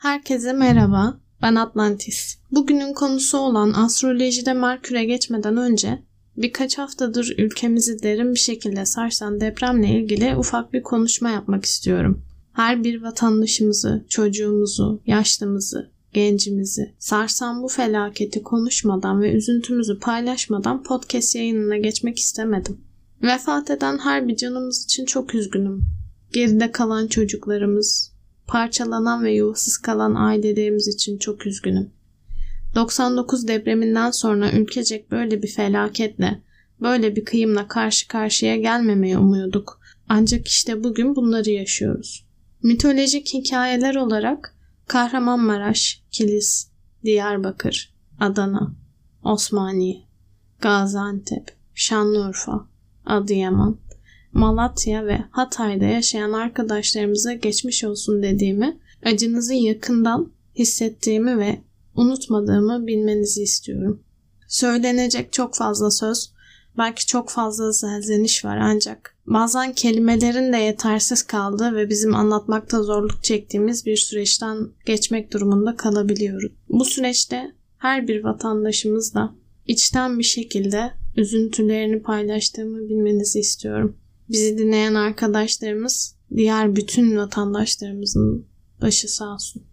Herkese merhaba, ben Atlantis. Bugünün konusu olan astrolojide Merkür'e geçmeden önce birkaç haftadır ülkemizi derin bir şekilde sarsan depremle ilgili ufak bir konuşma yapmak istiyorum. Her bir vatandaşımızı, çocuğumuzu, yaşlımızı, gencimizi sarsan bu felaketi konuşmadan ve üzüntümüzü paylaşmadan podcast yayınına geçmek istemedim. Vefat eden her bir canımız için çok üzgünüm. Geride kalan çocuklarımız, parçalanan ve yuvasız kalan ailelerimiz için çok üzgünüm. 99 depreminden sonra ülkecek böyle bir felaketle, böyle bir kıyımla karşı karşıya gelmemeyi umuyorduk. Ancak işte bugün bunları yaşıyoruz. Mitolojik hikayeler olarak Kahramanmaraş, Kilis, Diyarbakır, Adana, Osmaniye, Gaziantep, Şanlıurfa, Adıyaman, Malatya ve Hatay'da yaşayan arkadaşlarımıza geçmiş olsun dediğimi, acınızı yakından hissettiğimi ve unutmadığımı bilmenizi istiyorum. Söylenecek çok fazla söz, belki çok fazla serzeniş var ancak bazen kelimelerin de yetersiz kaldığı ve bizim anlatmakta zorluk çektiğimiz bir süreçten geçmek durumunda kalabiliyoruz. Bu süreçte her bir vatandaşımızla içten bir şekilde üzüntülerini paylaştığımı bilmenizi istiyorum. Bizi dinleyen arkadaşlarımız, diğer bütün vatandaşlarımızın başı sağ olsun.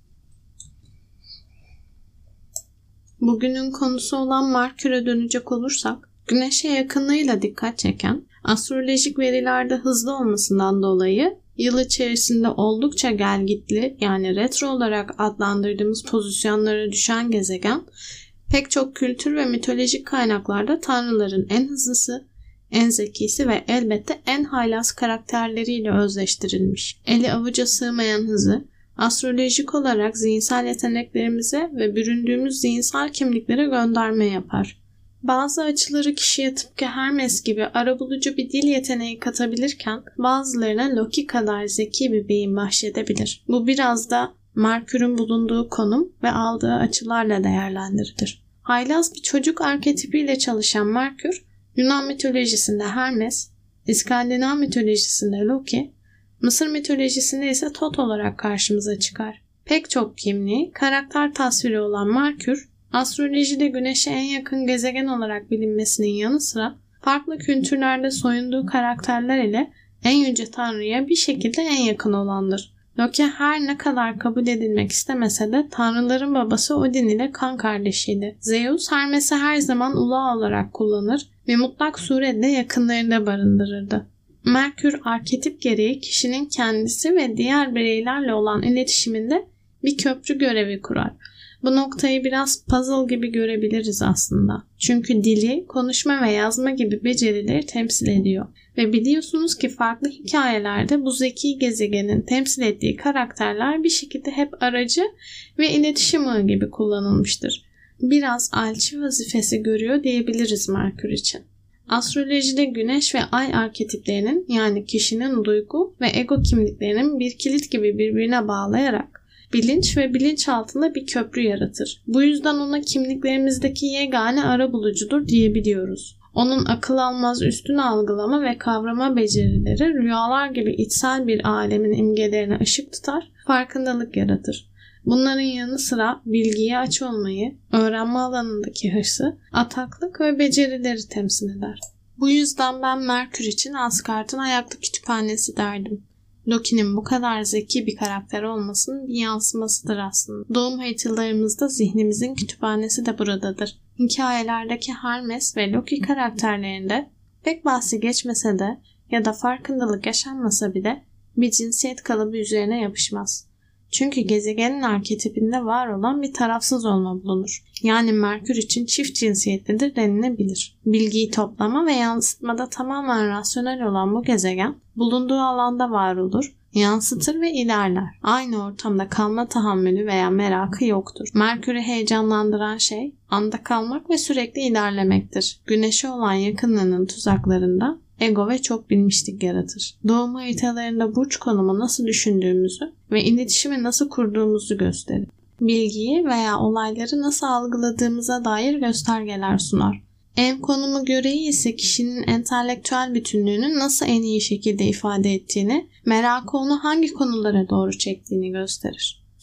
Bugünün konusu olan Merkür'e dönecek olursak, Güneş'e yakınlığıyla dikkat çeken, astrolojik verilerde hızlı olmasından dolayı yıl içerisinde oldukça gelgitli, yani retro olarak adlandırdığımız pozisyonlara düşen gezegen, pek çok kültür ve mitolojik kaynaklarda tanrıların en hızlısı, en zekisi ve elbette en haylaz karakterleriyle özleştirilmiş. Eli avuca sığmayan hızı, astrolojik olarak zihinsel yeteneklerimize ve büründüğümüz zihinsel kimliklere gönderme yapar. Bazı açıları kişiye tıpkı Hermes gibi arabulucu bir dil yeteneği katabilirken bazılarına Loki kadar zeki bir beyin bahşedebilir. Bu biraz da Merkür'ün bulunduğu konum ve aldığı açılarla değerlendirilir. Haylaz bir çocuk arketipiyle çalışan Merkür, Yunan mitolojisinde Hermes, İskandinav mitolojisinde Loki, Mısır mitolojisinde ise Tot olarak karşımıza çıkar. Pek çok kimliği, karakter tasviri olan Merkür, astrolojide Güneş'e en yakın gezegen olarak bilinmesinin yanı sıra farklı kültürlerde soyunduğu karakterler ile en yüce tanrıya bir şekilde en yakın olandır. Loki her ne kadar kabul edilmek istemese de tanrıların babası Odin ile kan kardeşiydi. Zeus, Hermes'i her zaman ulu olarak kullanır ve mutlak suretle yakınlarında barındırırdı. Merkür, arketip gereği kişinin kendisi ve diğer bireylerle olan iletişiminde bir köprü görevi kurar. Bu noktayı biraz puzzle gibi görebiliriz aslında. Çünkü dili, konuşma ve yazma gibi becerileri temsil ediyor. Ve biliyorsunuz ki farklı hikayelerde bu zeki gezegenin temsil ettiği karakterler bir şekilde hep aracı ve iletişim ağı gibi kullanılmıştır. Biraz elçi vazifesi görüyor diyebiliriz Merkür için. Astrolojide Güneş ve Ay arketiplerinin, yani kişinin duygu ve ego kimliklerinin bir kilit gibi birbirine bağlayarak bilinç ve bilinçaltında bir köprü yaratır. Bu yüzden ona kimliklerimizdeki yegane arabulucudur diyebiliyoruz. Onun akıl almaz üstün algılama ve kavrama becerileri rüyalar gibi içsel bir alemin imgelerine ışık tutar, farkındalık yaratır. Bunların yanı sıra bilgiye aç olmayı, öğrenme alanındaki hırsı, ataklık ve becerileri temsil eder. Bu yüzden ben Merkür için Asgard'ın ayaklı kütüphanesi derdim. Loki'nin bu kadar zeki bir karakter olmasının bir yansımasıdır aslında. Doğum haritalarımızda zihnimizin kütüphanesi de buradadır. Hikayelerdeki Hermes ve Loki karakterlerinde pek bahsi geçmese de ya da farkındalık yaşanmasa bile bir cinsiyet kalıbı üzerine yapışmaz. Çünkü gezegenin arketipinde var olan bir tarafsız olma bulunur. Yani Merkür için çift cinsiyetlidir denilebilir. Bilgiyi toplama ve yansıtmada tamamen rasyonel olan bu gezegen bulunduğu alanda var olur, yansıtır ve ilerler. Aynı ortamda kalma tahammülü veya merakı yoktur. Merkür'ü heyecanlandıran şey anda kalmak ve sürekli ilerlemektir. Güneşe olan yakınlığının tuzaklarında ego ve çok bilmişlik yaratır. Doğum haritalarında burç konumu nasıl düşündüğümüzü ve iletişimi nasıl kurduğumuzu gösterir. Bilgiyi veya olayları nasıl algıladığımıza dair göstergeler sunar. Ev konumu göreği ise kişinin entelektüel bütünlüğünü nasıl en iyi şekilde ifade ettiğini, merakı onu hangi konulara doğru çektiğini gösterir.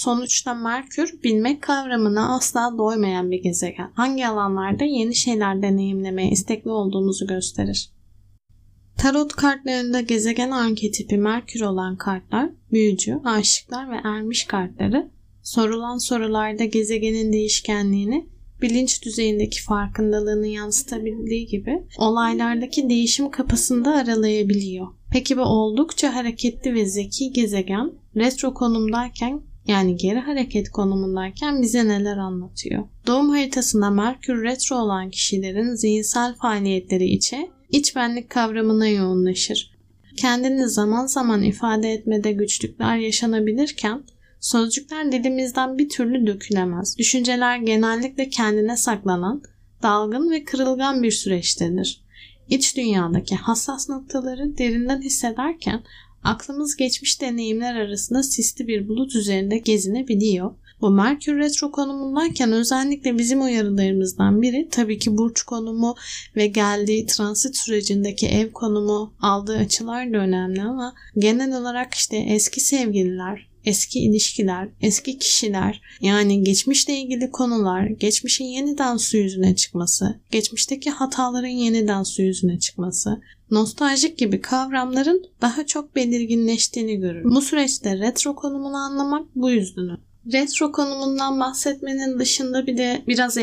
Sonuçta Merkür bilmek kavramına asla doymayan bir gezegen. Hangi alanlarda yeni şeyler deneyimlemeye istekli olduğumuzu gösterir. Tarot kartlarında gezegen arketipi Merkür olan kartlar, büyücü, aşıklar ve ermiş kartları, sorulan sorularda gezegenin değişkenliğini, bilinç düzeyindeki farkındalığını yansıtabildiği gibi olaylardaki değişim kapısını da aralayabiliyor. Peki bu oldukça hareketli ve zeki gezegen retro konumdayken, yani geri hareket konumundayken bize neler anlatıyor? Doğum haritasında Merkür retro olan kişilerin zihinsel faaliyetleri iç benlik kavramına yoğunlaşır. Kendini zaman zaman ifade etmede güçlükler yaşanabilirken sözcükler dilimizden bir türlü dökülemez. Düşünceler genellikle kendine saklanan, dalgın ve kırılgan bir süreçtedir. İç dünyadaki hassas noktaları derinden hissederken aklımız geçmiş deneyimler arasında sisli bir bulut üzerinde gezinebiliyor. Bu Merkür retro konumundayken özellikle bizim uyarılarımızdan biri tabii ki burç konumu ve geldiği transit sürecindeki ev konumu, aldığı açılar da önemli ama genel olarak eski sevgililer, eski ilişkiler, eski kişiler, yani geçmişle ilgili konular, geçmişin yeniden su yüzüne çıkması, geçmişteki hataların yeniden su yüzüne çıkması, nostaljik gibi kavramların daha çok belirginleştiğini görürüz. Bu süreçte retro konumunu anlamak bu yüzden. Retro konumundan bahsetmenin dışında bir de biraz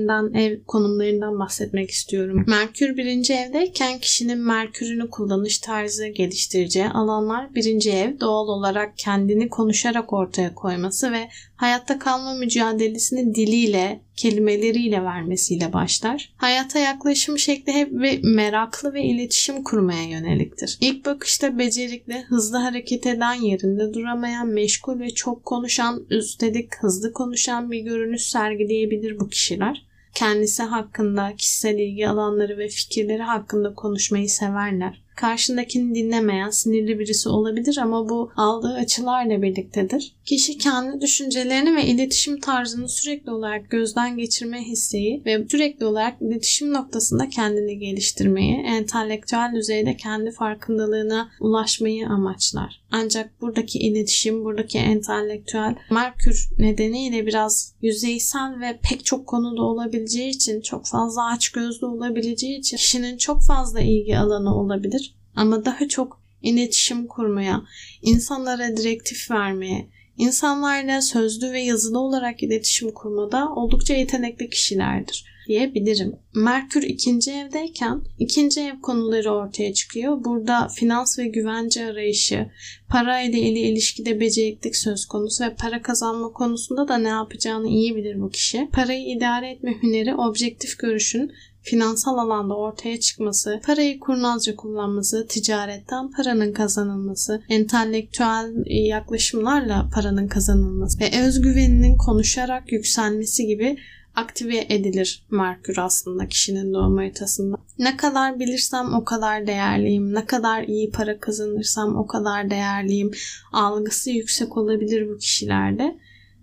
ev konumlarından bahsetmek istiyorum. Merkür 1. evdeyken kişinin Merkür'ünü kullanış tarzı geliştireceği alanlar 1. ev doğal olarak kendini konuşarak ortaya koyması ve hayatta kalma mücadelesini diliyle, kelimeleriyle vermesiyle başlar. Hayata yaklaşım şekli hep meraklı ve iletişim kurmaya yöneliktir. İlk bakışta becerikli, hızlı hareket eden, yerinde duramayan, meşgul ve çok konuşan, üstelik hızlı konuşan bir görünüş sergileyebilir bu kişiler. Kendisi hakkında, kişisel ilgi alanları ve fikirleri hakkında konuşmayı severler. Karşındakini dinlemeyen, sinirli birisi olabilir ama bu aldığı açılarla birliktedir. Kişi kendi düşüncelerini ve iletişim tarzını sürekli olarak gözden geçirme isteği ve sürekli olarak iletişim noktasında kendini geliştirmeyi, entelektüel düzeyde kendi farkındalığına ulaşmayı amaçlar. Ancak buradaki iletişim, buradaki entelektüel Merkür nedeniyle biraz yüzeysel ve pek çok konuda olabileceği için, çok fazla açgözlü olabileceği için kişinin çok fazla ilgi alanı olabilir. Ama daha çok iletişim kurmaya, insanlara direktif vermeye, insanlarla sözlü ve yazılı olarak iletişim kurmada oldukça yetenekli kişilerdir diyebilirim. Merkür 2. evdeyken 2. ev konuları ortaya çıkıyor. Burada finans ve güvence arayışı, para ile ilişkide beceriklik söz konusu ve para kazanma konusunda da ne yapacağını iyi bilir bu kişi. Parayı idare etme hüneri, objektif görüşün finansal alanda ortaya çıkması, parayı kurnazca kullanması, ticaretten paranın kazanılması, entelektüel yaklaşımlarla paranın kazanılması ve özgüveninin konuşarak yükselmesi gibi aktive edilir Merkür aslında kişinin doğum haritasında. Ne kadar bilirsem o kadar değerliyim, ne kadar iyi para kazanırsam o kadar değerliyim algısı yüksek olabilir bu kişilerde.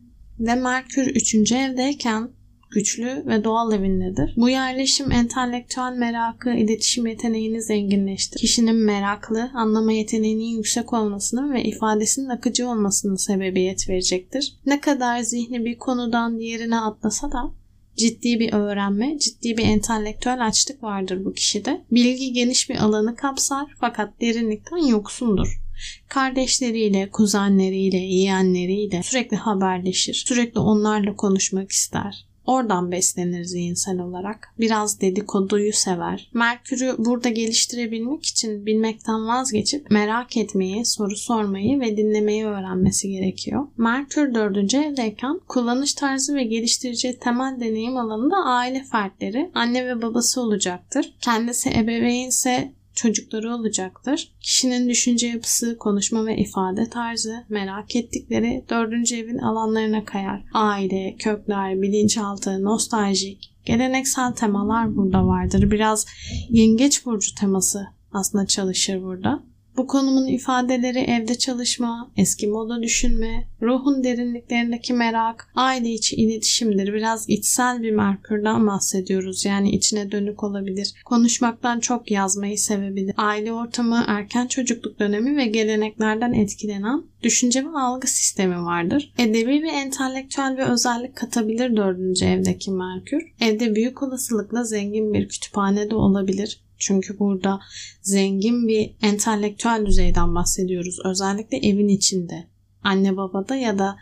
Ve Merkür 3. evdeyken güçlü ve doğal evindedir. Bu yerleşim entelektüel merakı, iletişim yeteneğini zenginleştirir. Kişinin meraklı, anlama yeteneğinin yüksek olmasının ve ifadesinin akıcı olmasının sebebiyet verecektir. Ne kadar zihni bir konudan diğerine atlasa da ciddi bir öğrenme, ciddi bir entelektüel açlık vardır bu kişide. Bilgi geniş bir alanı kapsar fakat derinlikten yoksundur. Kardeşleriyle, kuzenleriyle, yeğenleriyle sürekli haberleşir. Sürekli onlarla konuşmak ister. Oradan beslenir zihinsel olarak. Biraz dedikoduyu sever. Merkür'ü burada geliştirebilmek için bilmekten vazgeçip merak etmeyi, soru sormayı ve dinlemeyi öğrenmesi gerekiyor. Merkür 4. evdeyken kullanış tarzı ve geliştireceği temel deneyim alanında aile fertleri, anne ve babası olacaktır. Kendisi ebeveynse çocukları olacaktır. Kişinin düşünce yapısı, konuşma ve ifade tarzı, merak ettikleri 4. evin alanlarına kayar. Aile, kökler, bilinçaltı, nostaljik, geleneksel temalar burada vardır. Biraz yengeç burcu teması aslında çalışır burada. Bu konumun ifadeleri evde çalışma, eski moda düşünme, Ruhun derinliklerindeki merak, aile içi iletişimdir. Biraz içsel bir Merkür'den bahsediyoruz. Yani içine dönük olabilir. Konuşmaktan çok yazmayı sevebilir. Aile ortamı, erken çocukluk dönemi ve geleneklerden etkilenen düşünce ve algı sistemi vardır. Edebi ve entelektüel bir özellik katabilir 4. evdeki Merkür. Evde büyük olasılıkla zengin bir kütüphane de olabilir. Çünkü burada zengin bir entelektüel düzeyden bahsediyoruz. Özellikle evin içinde. Anne babada ya da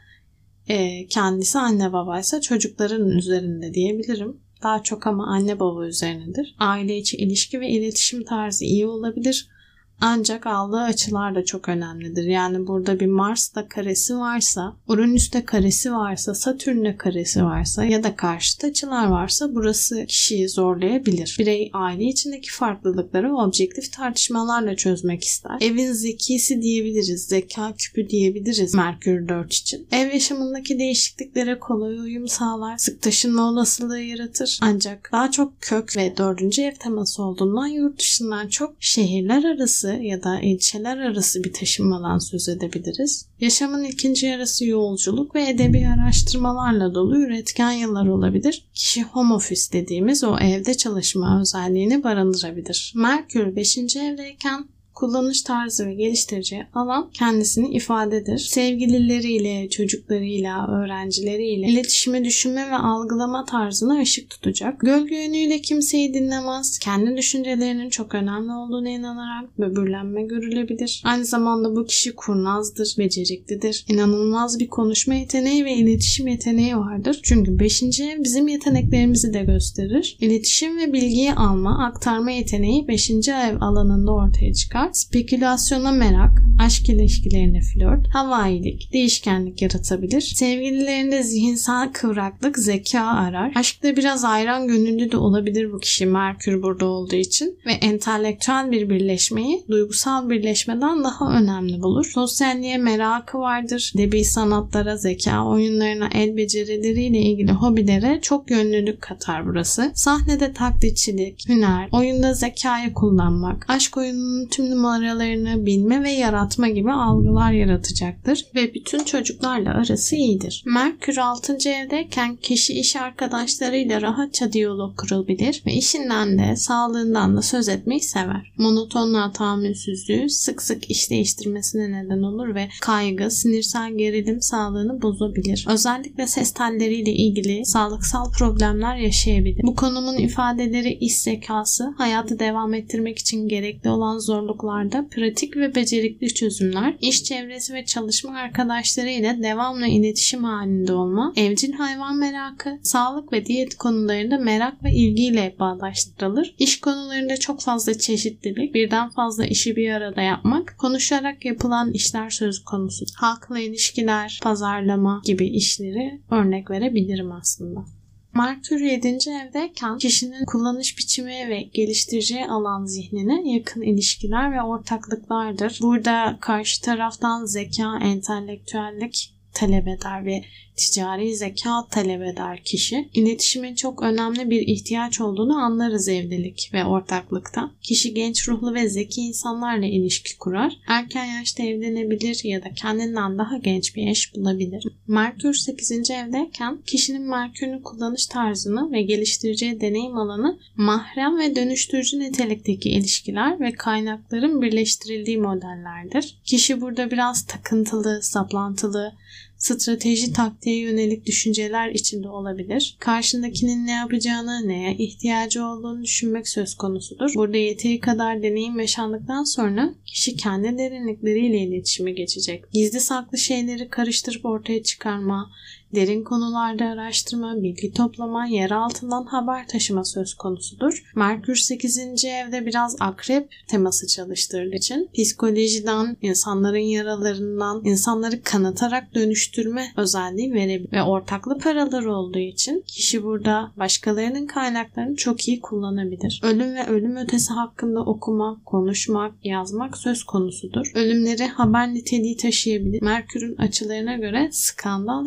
kendisi anne babaysa çocukların üzerinde diyebilirim. Daha çok ama anne baba üzerinedir. Aile içi ilişki ve iletişim tarzı iyi olabilir. Ancak aldığı açılar da çok önemlidir. Yani burada bir Mars'ta karesi varsa, Uranüs'te karesi varsa, Satürn'de karesi varsa ya da karşıt açılar varsa burası kişiyi zorlayabilir. Birey aile içindeki farklılıkları objektif tartışmalarla çözmek ister. Evin zekisi diyebiliriz, zeka küpü diyebiliriz Merkür 4 için. Ev yaşamındaki değişikliklere kolay uyum sağlar, sık taşınma olasılığı yaratır. Ancak daha çok kök ve 4. ev teması olduğundan yurt dışından çok şehirler arası ya da ilçeler arası bir taşınmadan söz edebiliriz. Yaşamın ikinci yarısı yolculuk ve edebi araştırmalarla dolu üretken yıllar olabilir. Kişi home office dediğimiz o evde çalışma özelliğini barındırabilir. Merkür 5. evdeyken kullanış tarzı ve geliştireceği alan kendisini ifadedir. Sevgilileriyle, çocuklarıyla, öğrencileriyle iletişimi, düşünme ve algılama tarzına ışık tutacak. Gölge yönüyle kimseyi dinlemez. Kendi düşüncelerinin çok önemli olduğuna inanarak böbürlenme görülebilir. Aynı zamanda bu kişi kurnazdır, beceriklidir. İnanılmaz bir konuşma yeteneği ve iletişim yeteneği vardır. Çünkü 5. ev bizim yeteneklerimizi de gösterir. İletişim ve bilgiyi alma, aktarma yeteneği 5. ev alanında ortaya çıkar. Spekülasyona merak, aşk ilişkilerine flört, havailik, değişkenlik yaratabilir. Sevgililerinde zihinsel kıvraklık, zeka arar. Aşkta biraz ayran gönüllü de olabilir bu kişi Merkür burada olduğu için ve entelektüel bir birleşmeyi duygusal birleşmeden daha önemli bulur. Sosyalliğe merakı vardır. Edebi sanatlara, zeka oyunlarına, el becerileriyle ilgili hobilere çok yönlülük katar burası. Sahnede taklitçilik, hüner, oyunda zekayı kullanmak, aşk oyununun tüm numaralarını bilme ve yaratma gibi algılar yaratacaktır ve bütün çocuklarla arası iyidir. Merkür 6. evdeyken kişi iş arkadaşlarıyla rahatça diyalog kurabilir ve işinden de sağlığından da söz etmeyi sever. Monotonluğa tahammülsüzlüğü sık sık iş değiştirmesine neden olur ve kaygı, sinirsel gerilim sağlığını bozabilir. Özellikle ses telleriyle ilgili sağlıksal problemler yaşayabilir. Bu konumun ifadeleri iş zekası, hayatı devam ettirmek için gerekli olan zorluklarda pratik ve becerikli çözümler, iş çevresi ve çalışma arkadaşları ile devamlı iletişim halinde olma, evcil hayvan merakı, sağlık ve diyet konularında merak ve ilgiyle bağdaştırılır. İş konularında çok fazla çeşitlilik, birden fazla işi bir arada yapmak, konuşarak yapılan işler söz konusu. Halkla ilişkiler, pazarlama gibi işleri örnek verebilirim aslında. Merkür 7. evdeyken kişinin kullanış biçimi ve geliştireceği alan zihnine yakın ilişkiler ve ortaklıklardır. Burada karşı taraftan zeka, entelektüellik talep eder ve ticari zeka talep eder kişi. İletişimin çok önemli bir ihtiyaç olduğunu anlarız evlilik ve ortaklıkta. Kişi genç ruhlu ve zeki insanlarla ilişki kurar. Erken yaşta evlenebilir ya da kendinden daha genç bir eş bulabilir. Merkür 8. evdeyken kişinin Merkür'ün kullanış tarzını ve geliştireceği deneyim alanı mahrem ve dönüştürücü nitelikteki ilişkiler ve kaynakların birleştirildiği modellerdir. Kişi burada biraz takıntılı, saplantılı, strateji taktiğe yönelik düşünceler içinde olabilir. Karşındakinin ne yapacağını, neye ihtiyacı olduğunu düşünmek söz konusudur. Burada yeteri kadar deneyim yaşandıktan sonra kişi kendi derinlikleriyle iletişime geçecek. Gizli saklı şeyleri karıştırıp ortaya çıkarma, derin konularda araştırma, bilgi toplama, yer altından haber taşıma söz konusudur. Merkür 8. evde biraz akrep teması çalıştırdığı için psikolojiden, insanların yaralarından, insanları kanatarak dönüştürme özelliği verebilir. Ve ortaklı paraları olduğu için kişi burada başkalarının kaynaklarını çok iyi kullanabilir. Ölüm ve ölüm ötesi hakkında okumak, konuşmak, yazmak söz konusudur. Ölümleri haber niteliği taşıyabilir. Merkür'ün açılarına göre skandal ya da saygı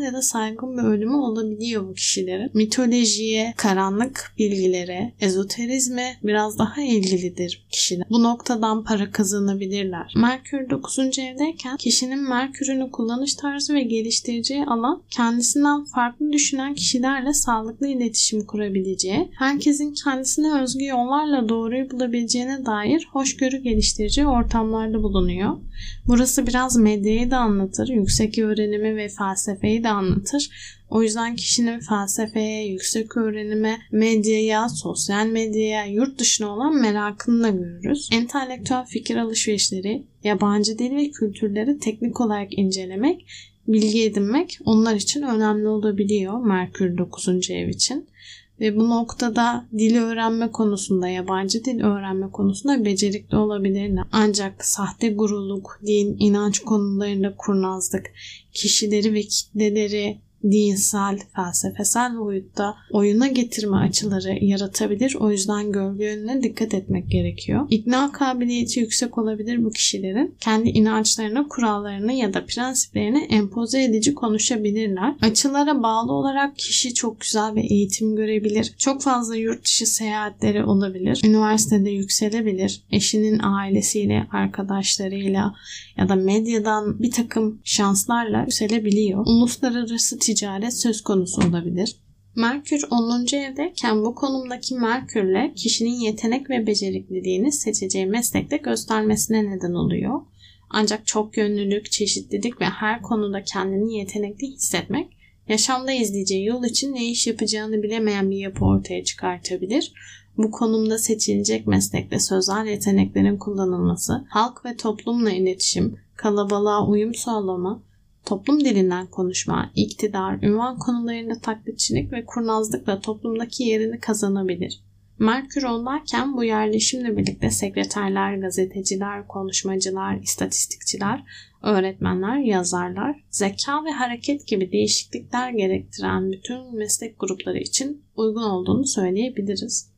yaygın bir ölümü olabiliyor bu kişilerin. Mitolojiye, karanlık bilgilere, ezoterizme biraz daha ilgilidir kişiler. Bu noktadan para kazanabilirler. Merkür 9. evdeyken kişinin Merkür'ünü kullanış tarzı ve geliştireceği alan kendisinden farklı düşünen kişilerle sağlıklı iletişim kurabileceği, herkesin kendisine özgü yollarla doğruyu bulabileceğine dair hoşgörü geliştireceği ortamlarda bulunuyor. Burası biraz medyayı da anlatır, yüksek öğrenimi ve felsefeyi de anlatır. O yüzden kişinin felsefeye, yüksek öğrenime, medyaya, sosyal medyaya, yurt dışına olan merakını da görürüz. Entelektüel fikir alışverişleri, yabancı dil ve kültürleri teknik olarak incelemek, bilgi edinmek onlar için önemli olabiliyor Merkür 9. ev için. Ve bu noktada dil öğrenme konusunda, yabancı dil öğrenme konusunda becerikli olabilirler. Ancak sahte gururluk, din, inanç konularında kurnazlık, kişileri ve kitleleri dinsel, felsefesel boyutta oyuna getirme açıları yaratabilir. O yüzden gölge yönüne dikkat etmek gerekiyor. İkna kabiliyeti yüksek olabilir bu kişilerin. Kendi inançlarına, kurallarını ya da prensiplerini empoze edici konuşabilirler. Açılara bağlı olarak kişi çok güzel bir eğitim görebilir. Çok fazla yurt dışı seyahatleri olabilir. Üniversitede yükselebilir. Eşinin ailesiyle, arkadaşlarıyla ya da medyadan bir takım şanslarla yükselebiliyor. Uluslararası ticaret söz konusu olabilir. Merkür 10. evdeyken bu konumdaki Merkür'le kişinin yetenek ve becerikliliğini seçeceği meslekte göstermesine neden oluyor. Ancak çok yönlülük, çeşitlilik ve her konuda kendini yetenekli hissetmek, yaşamda izleyeceği yol için ne iş yapacağını bilemeyen bir yapı ortaya çıkartabilir. Bu konumda seçilecek meslekte sözel yeteneklerin kullanılması, halk ve toplumla iletişim, kalabalığa uyum sağlama, toplum dilinden konuşma, iktidar, ünvan konularında taklitçilik ve kurnazlıkla toplumdaki yerini kazanabilir. Merkür ondayken bu yerleşimle birlikte sekreterler, gazeteciler, konuşmacılar, istatistikçiler, öğretmenler, yazarlar, zeka ve hareket gibi değişiklikler gerektiren bütün meslek grupları için uygun olduğunu söyleyebiliriz.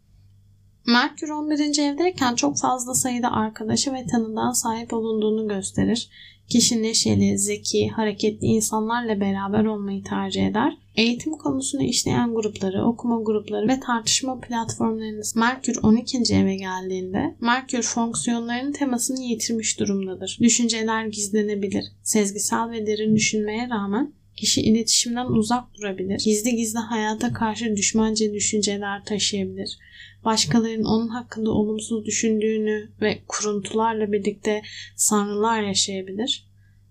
Merkür 11. evdeyken çok fazla sayıda arkadaşı ve tanıdığa sahip olunduğunu gösterir. Kişi neşeli, zeki, hareketli insanlarla beraber olmayı tercih eder. Eğitim konusunu işleyen grupları, okuma grupları ve tartışma platformlarını Merkür 12. eve geldiğinde Merkür fonksiyonlarının temasını yitirmiş durumdadır. Düşünceler gizlenebilir. Sezgisel ve derin düşünmeye rağmen kişi iletişimden uzak durabilir. Gizli gizli hayata karşı düşmanca düşünceler taşıyabilir. Başkalarının onun hakkında olumsuz düşündüğünü ve kuruntularla birlikte sanrılar yaşayabilir.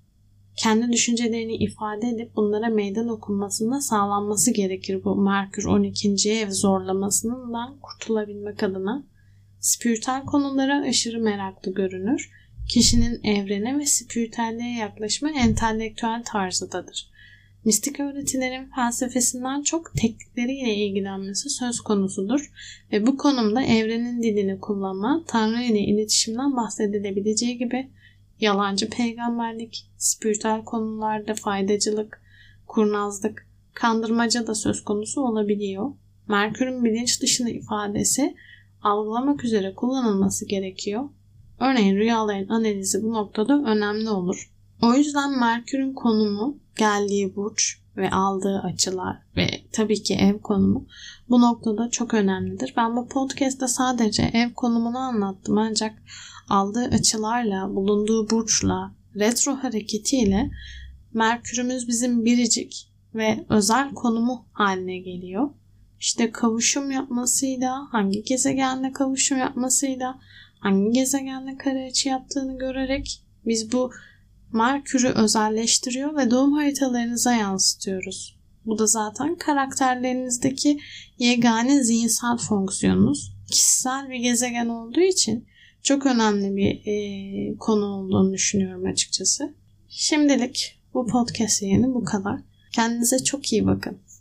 Kendi düşüncelerini ifade edip bunlara meydan okunmasında sağlanması gerekir bu Merkür 12. ev zorlamasından kurtulabilmek adına. Spiritüel konulara aşırı meraklı görünür. Kişinin evrene ve spiritüelliğe yaklaşımı entelektüel tarzıdadır. Mistik öğretilerin felsefesinden çok teknikleriyle ilgilenmesi söz konusudur ve bu konumda evrenin dilini kullanma, Tanrı ile iletişimden bahsedilebileceği gibi yalancı peygamberlik, spiritüel konularda faydacılık, kurnazlık, kandırmaca da söz konusu olabiliyor. Merkür'ün bilinç dışını ifadesi algılamak üzere kullanılması gerekiyor. Örneğin rüyaların analizi bu noktada önemli olur. O yüzden Merkür'ün konumu, geldiği burç ve aldığı açılar ve tabii ki ev konumu bu noktada çok önemlidir. Ben bu podcast'te sadece ev konumunu anlattım ancak aldığı açılarla, bulunduğu burçla, retro hareketiyle Merkür'ümüz bizim biricik ve özel konumu haline geliyor. İşte kavuşum yapmasıyla, hangi gezegenle kavuşum yapmasıyla, hangi gezegenle kare açı yaptığını görerek biz bu Merkür'ü özelleştiriyor ve doğum haritalarınıza yansıtıyoruz. Bu da zaten karakterlerinizdeki yegane zihinsel fonksiyonunuz. Kişisel bir gezegen olduğu için çok önemli bir konu olduğunu düşünüyorum açıkçası. Şimdilik bu podcast yayını bu kadar. Kendinize çok iyi bakın.